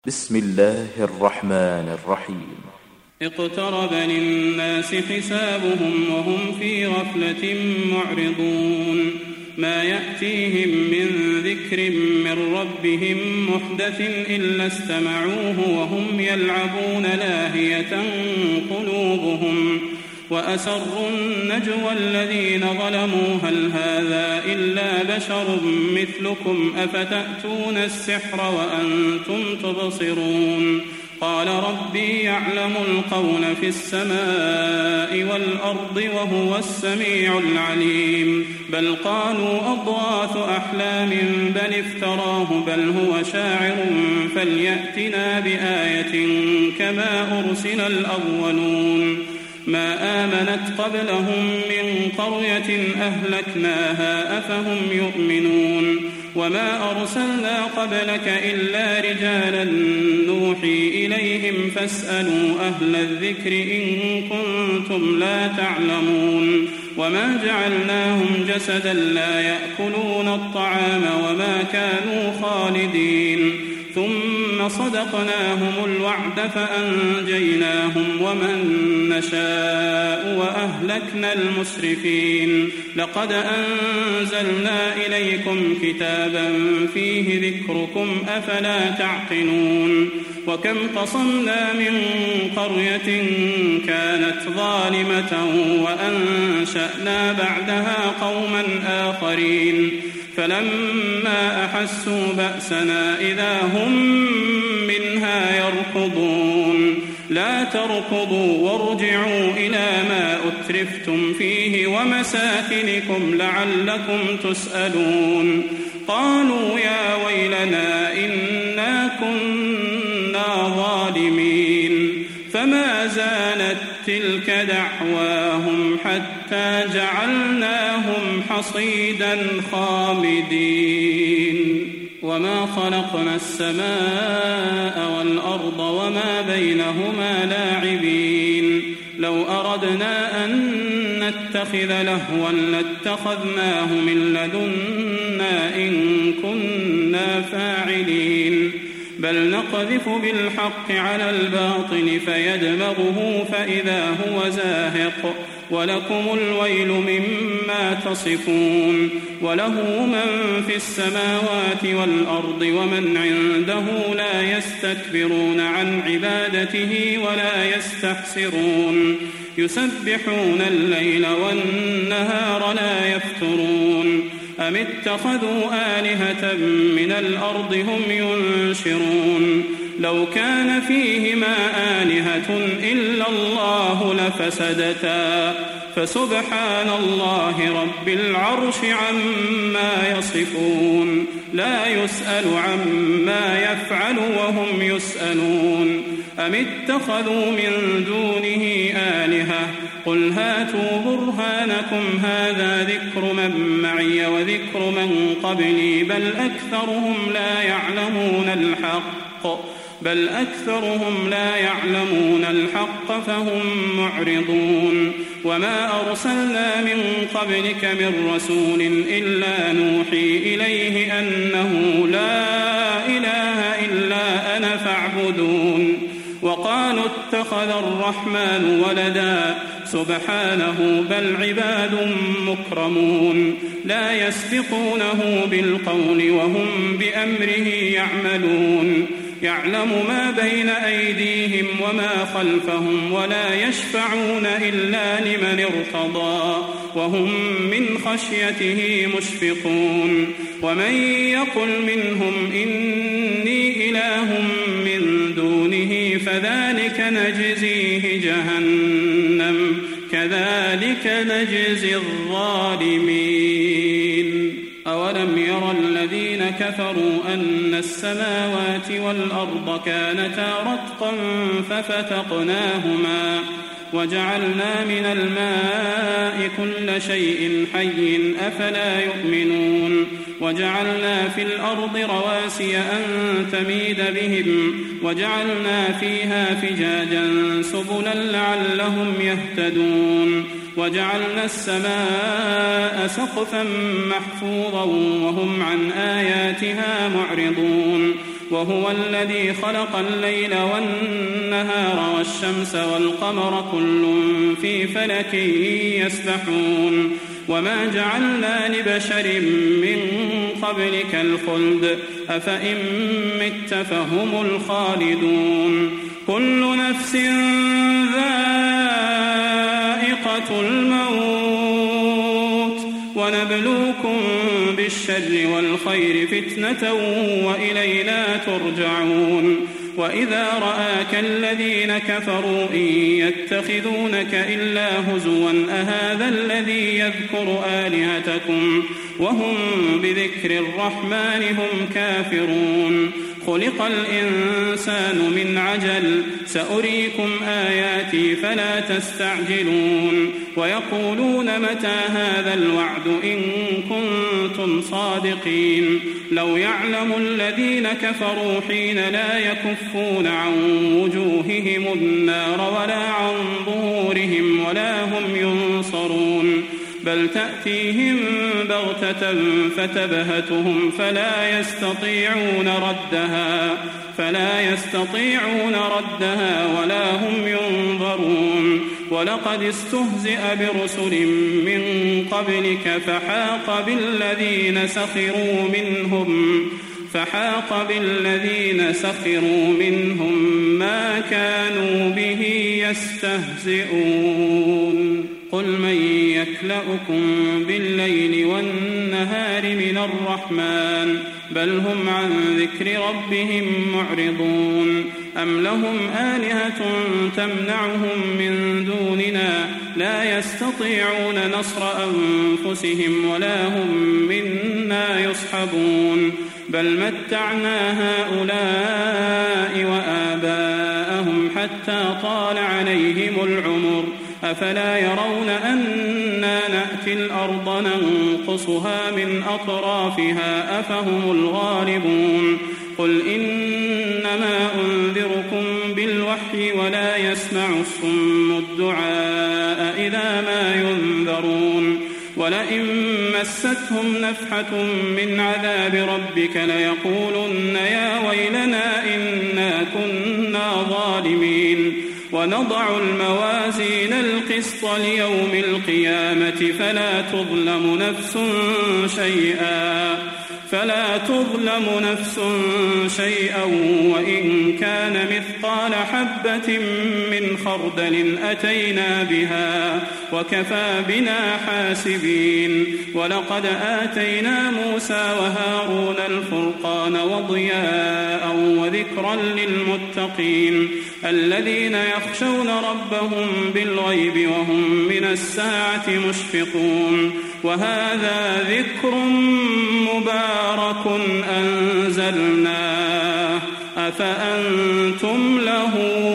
بسم الله الرحمن الرحيم. اقترب للناس حسابهم وهم في غفلة معرضون ما يأتيهم من ذكر من ربهم محدث إلا استمعوه وهم يلعبون لاهية قلوبهم وأسروا النجوى الذين ظلموا هل هذا إلا بشر مثلكم أفتأتون السحر وأنتم تبصرون قال ربي يعلم القول في السماء والأرض وهو السميع العليم بل قالوا أضغاث أحلام بل افتراه بل هو شاعر فليأتنا بآية كما أرسل الأولون ما آمنت قبلهم من قرية أهلكناها أفهم يؤمنون وما أرسلنا قبلك إلا رجالا نوحي إليهم فاسألوا أهل الذكر إن كنتم لا تعلمون وما جعلناهم جسدا لا يأكلون الطعام وما كانوا خالدين ثم صدقناهم الوعد فأنجيناهم ومن نشاء وأهلكنا المسرفين لقد أنزلنا إليكم كتابا فيه ذكركم أفلا تعقلون وكم قصمنا من قرية كانت ظالمة وأنشأنا بعدها قوما آخرين فلما أحسوا بأسنا إذا هم منها يركضون لا تركضوا وارجعوا إلى ما أترفتم فيه ومساكنكم لعلكم تسألون قالوا يا ويلنا إنا كنا ظالمين فما زالت تلك دعواهم حتى جعلناهم حصيدا خامدين وما خلقنا السماء والأرض وما بينهما لاعبين لو أردنا أن نتخذ لهوا لاتخذناه من لدنا إن كنا فاعلين بل نقذف بالحق على الباطل فيدمغه فإذا هو زاهق ولكم الويل مما تصفون وله من في السماوات والأرض ومن عنده لا يستكبرون عن عبادته ولا يستحسرون يسبحون الليل والنهار لا يفترون أم اتخذوا آلهة من الأرض هم ينشرون لو كان فيهما آلهة إلا الله لفسدتا فسبحان الله رب العرش عما يصفون لا يسأل عما يفعل وهم يسألون أم اتخذوا من دونه آلهة قل هاتوا برهانكم هذا ذكر من معي وذكر من قبلي بل أكثرهم لا يعلمون الحق فهم معرضون وما أرسلنا من قبلك من رسول إلا نوحي إليه أنه لا إله إلا أنا فاعبدون وقالوا اتخذ الرحمن ولدا سبحانه بل عباد مكرمون لا يسبقونه بالقول وهم بأمره يعملون يعلم ما بين أيديهم وما خلفهم ولا يشفعون إلا لمن ارتضى وهم من خشيته مشفقون ومن يقل منهم إني إله من دونه فذلك نجزيه جهنم كذلك نجزي الظالمين أولم يرى الذين كفروا أن السماوات والأرض كانتا رتقا ففتقناهما وجعلنا من الماء كل شيء حي أفلا يؤمنون وجعلنا في الأرض رواسي أن تميد بهم وجعلنا فيها فجاجا سبلا لعلهم يهتدون وجعلنا السماء سقفا محفوظا وهم عن آياتها معرضون وهو الذي خلق الليل والنهار والشمس والقمر كل في فلك يسبحون وما جعلنا لبشر من قبلك الخلد أفإن مت فهم الخالدون كل نفس ذائقة الموت ونبلوكم بالشر والخير فتنة وإلينا ترجعون وإذا رآك الذين كفروا إن يتخذونك إلا هزوا أهذا الذي يذكر آلهتكم وهم بذكر الرحمن هم كافرون خلق الإنسان من عجل سأريكم آياتي فلا تستعجلون ويقولون متى هذا الوعد إن كنتم صادقين لو يعلم الذين كفروا حين لا يكفون عن وجوههم النار ولا عن ظهورهم ولا هم ينصرون بل تأتيهم بغتة فتبهتهم فلا يستطيعون ردها ولا هم ينظرون ولقد استهزئ برسل من قبلك فحاق بالذين سخروا منهم ما كانوا به يستهزئون قل من يكلؤكم بالليل والنهار من الرحمن بل هم عن ذكر ربهم معرضون أم لهم آلهة تمنعهم من دوننا لا يستطيعون نصر أنفسهم ولا هم منا يصحبون بل متعنا هؤلاء وآباءهم حتى طال عليهم العمر أفلا يرون أنا نأتي الأرض ننقصها من أطرافها أفهم الغالبون قل إنما أنذركم بالوحي ولا يسمع الصم الدعاء إذا ما ينذرون ولئن مستهم نفحة من عذاب ربك ليقولن يا ويلنا إنا كنا ظالمين ونضع الموازين القسط ليوم القيامة فلا تظلم نفس شيئا وإن كان مثقال حبة من خردل أتينا بها وكفى بنا حاسبين ولقد آتينا موسى وهارون الفرقان وضياء وذكرا للمتقين الذين يخشون ربهم بالغيب وهم من الساعة مشفقون وهذا ذكر مبارك أنزلناه أفأنتم له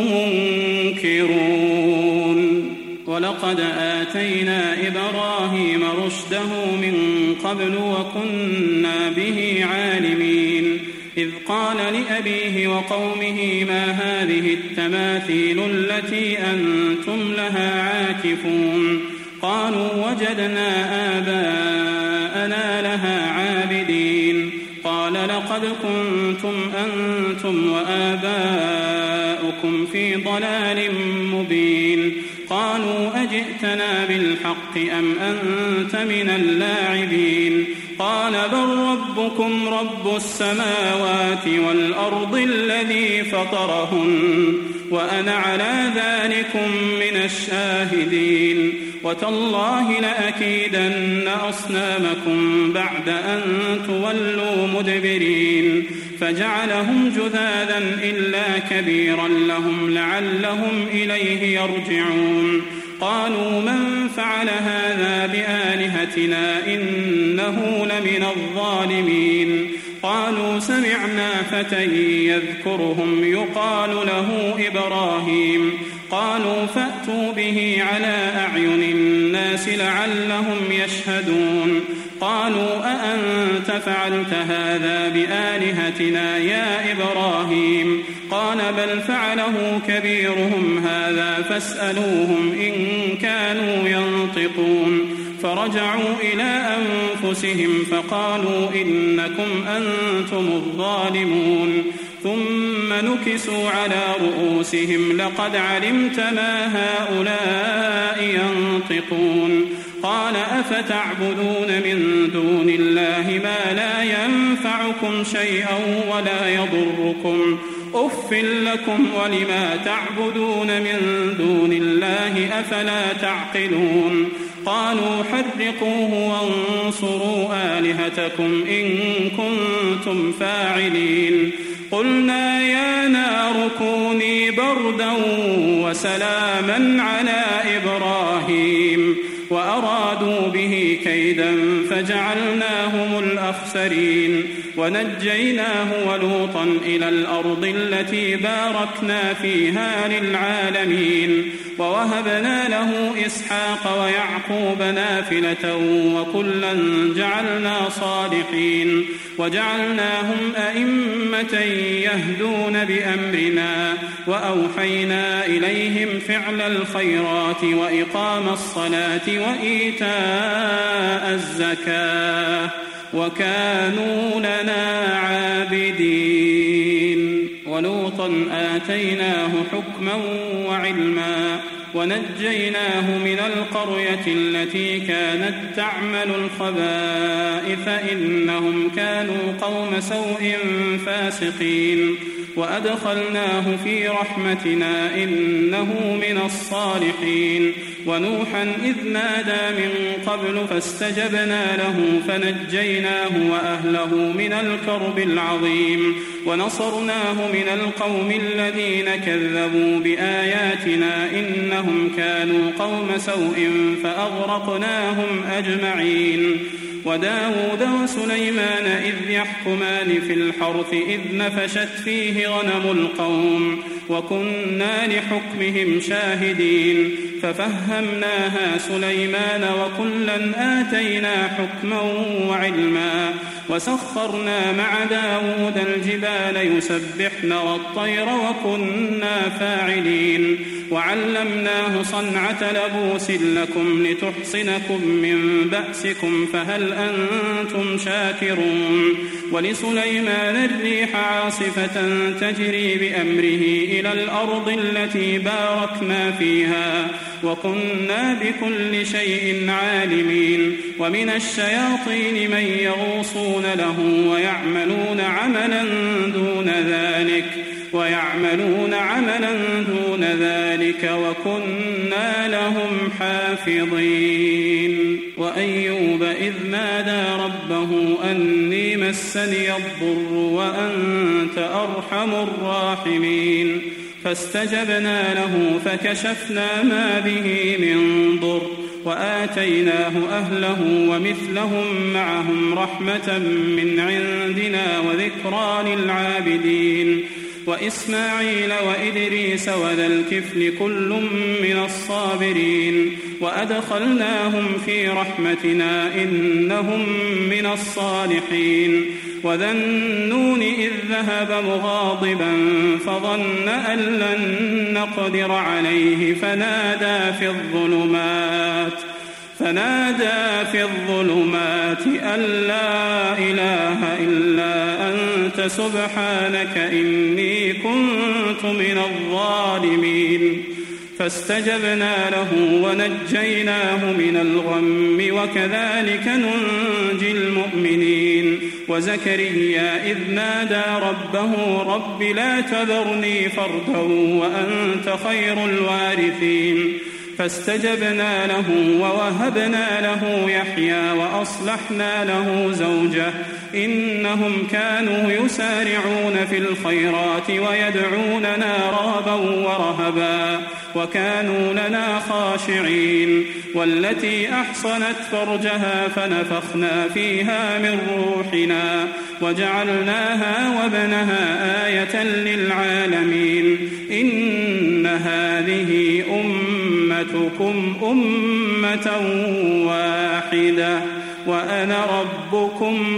منكرون ولقد آتينا إبراهيم رشده من قبل وكنا به عالمين إذ قال لأبيه وقومه ما هذه التماثيل التي أنتم لها عاكفون قالوا وجدنا آباءنا لها عابدين قال لقد كنتم أنتم وآباؤكم في ضلال مبين قالوا أجئتنا بالحق أم أنت من اللاعبين قال بل ربكم رب السماوات والأرض الذي فطرهن وأنا على ذلكم من الشاهدين وتالله لأكيدن أصنامكم بعد أن تولوا مدبرين فجعلهم جذاذا إلا كبيرا لهم لعلهم إليه يرجعون قالوا من فعل هذا بآلهتنا إنه لمن الظالمين قالوا سمعنا فتى يذكرهم يقال له إبراهيم قالوا فأتوا به على أعين الناس لعلهم يشهدون قالوا أأنت فعلت هذا بآلهتنا يا إبراهيم قال بل فعله كبيرهم هذا فاسألوهم إن كانوا ينطقون فرجعوا إلى أنفسهم فقالوا إنكم أنتم الظالمون ثم نكسوا على رؤوسهم لقد علمت ما هؤلاء ينطقون قال أفتعبدون من دون الله ما لا ينفعكم شيئا ولا يضركم أف لكم ولما تعبدون من دون الله أفلا تعقلون قالوا حرقوه وانصروا آلهتكم إن كنتم فاعلين قلنا يا نار كوني بردا وسلاما على إبراهيم وأرادوا به كيدا فجعلناهم الأخسرين ونجيناه ولوطا إلى الأرض التي باركنا فيها للعالمين ووهبنا له إسحاق ويعقوب نافلة وكلا جعلنا صالحين وجعلناهم أئمة يهدون بأمرنا وأوحينا إليهم فعل الخيرات وإقام الصلاة وإيتاء الزكاة وكانوا لنا عابدين ولوطا آتيناه حكما وعلما ونجيناه من القرية التي كانت تعمل الخبائث إنهم كانوا قوم سوء فاسقين وأدخلناه في رحمتنا إنه من الصالحين ونوحا إذ نادى من قبل فاستجبنا له فنجيناه وأهله من الكرب العظيم ونصرناه من القوم الذين كذبوا بآياتنا إنهم كانوا قوم سوء فأغرقناهم أجمعين وداود وسليمان إذ يحكمان في الحرث إذ نفشت فيه غنم القوم وكنا لحكمهم شاهدين ففهمناها سليمان وكلا آتينا حكما وعلما وسخرنا مع داود الجبال يسبحن والطير وكنا فاعلين وعلمناه صنعة لبوس لكم لتحصنكم من بأسكم فهل أنتم شاكرون ولسليمان الريح عاصفة تجري بأمره إلى الأرض التي باركنا فيها وكنا بكل شيء عالمين ومن الشياطين من يغوصون له ويعملون عملا دون ذلك وكنا لهم حافظين وأيوب إذ نادى ربه أني مسني الضر وأنت أرحم الراحمين فاستجبنا له فكشفنا ما به من ضر وآتيناه أهله ومثلهم معهم رحمة من عندنا وذكرى للعابدين وإسماعيل وإدريس وذا الكفل كل من الصابرين وأدخلناهم في رحمتنا إنهم من الصالحين وذا النون إذ ذهب مغاضبا فظن أن لن نقدر عليه فنادى في الظلمات أن لا إله إلا أنت سبحانك إني كنت من الظالمين فاستجبنا له ونجيناه من الغم وكذلك ننجي المؤمنين وزكريا إذ نادى ربه رب لا تذرني فردا وأنت خير الوارثين فاستجبنا له ووهبنا له يحيى وأصلحنا له زوجه إنهم كانوا يسارعون في الخيرات ويدعوننا رغبا ورهبا وكانوا لنا خاشعين والتي أحصنت فرجها فنفخنا فيها من روحنا وجعلناها وابنها آية للعالمين إن هذه أمتكم أمة واحدة وأنا ربكم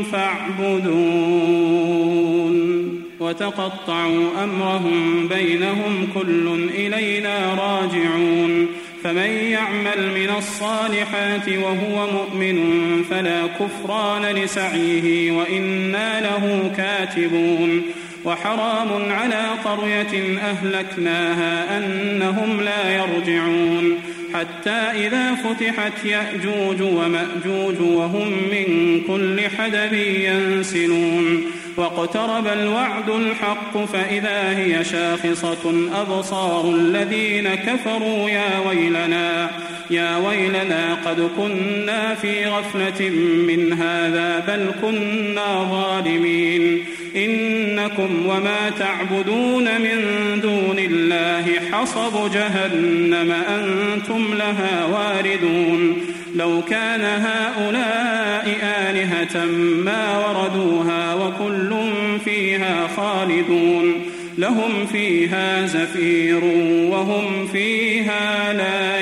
فاعبدون وتقطعوا أمرهم بينهم كل إلينا راجعون فمن يعمل من الصالحات وهو مؤمن فلا كفران لسعيه وإنا له كاتبون وحرام على قرية أهلكناها أنهم لا يرجعون حتى إذا فتحت يأجوج ومأجوج وهم من كل حدب ينسلون واقترب الوعد الحق فإذا هي شاخصة أبصار الذين كفروا يا ويلنا قد كنا في غفلة من هذا بل كنا ظالمين إنكم وما تعبدون من دون الله حصب جهنم أنتم لها واردون لو كان هؤلاء آلهة ما وردوها وكل فيها خالدون لهم فيها زفير وهم فيها لا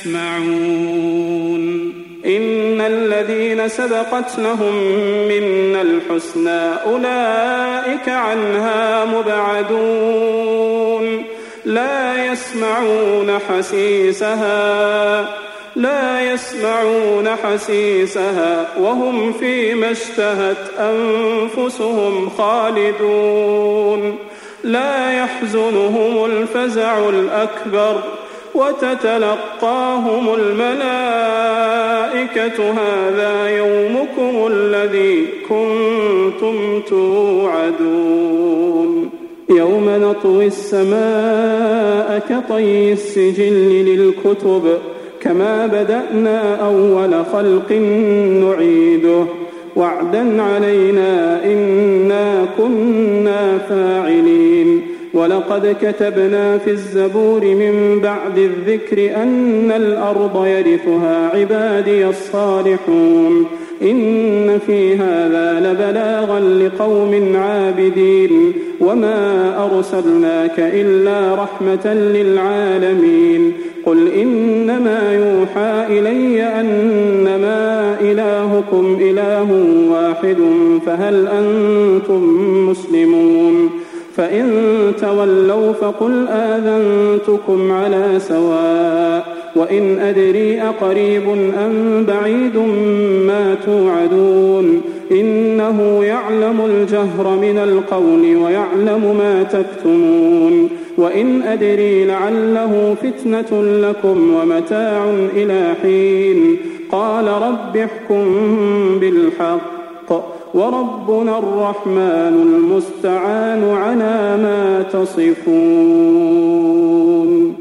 يسمعون إن الذين سبقت لهم منا الحسنى أولئك عنها مبعدون لا يسمعون حسيسها وهم فيما اشتهت أنفسهم خالدون لا يحزنهم الفزع الأكبر وتتلقاهم الملائكة هذا يومكم الذي كنتم توعدون يوم نطوي السماء كطي السجل للكتب كما بدأنا أول خلق نعيده وعدا علينا إنا كنا فاعلين ولقد كتبنا في الزبور من بعد الذكر أن الأرض يرثها عبادي الصالحون إن في هذا لبلاغا لقوم عابدين وما أرسلناك إلا رحمة للعالمين قل إنما يوحى إلي أنما إلهكم إله واحد فهل أنتم مسلمون فإن تولوا فقل آذنتكم على سواء وإن أدري أقريب أم بعيد ما توعدون إنه يعلم الجهر من القول ويعلم ما تكتمون وإن أدري لعله فتنة لكم ومتاع إلى حين قال رب احكم بالحق وربنا الرحمن المستعان على ما تصفون